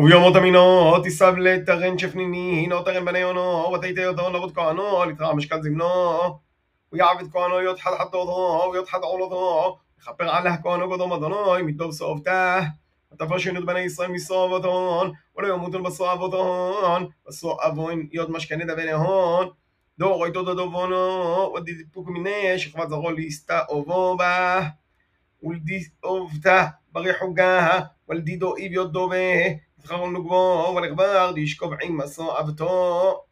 וביומות אמינו תיסב לתרן שפניני נו תרן בניונו ותיתי אותו נבות כהנו לתרע משקל זמנו ויעבד כהנו יודחד חטאותו ויודחד עולותו יכפר עליה כהנו קדום אדוני מטוב סופתה ותפרשנות בני ישראל מסובותון ולא ימותון בסואבותון בסואבון יוד משכנת בניהון דור איתו דדובונו ודיפוק מיני שכבת זרו להסתאובו בה ולדי אובתה ברחוגה ולדידו איב יודו בה יבחרו נוגבו ולכבר דישכוב עם מסואבתו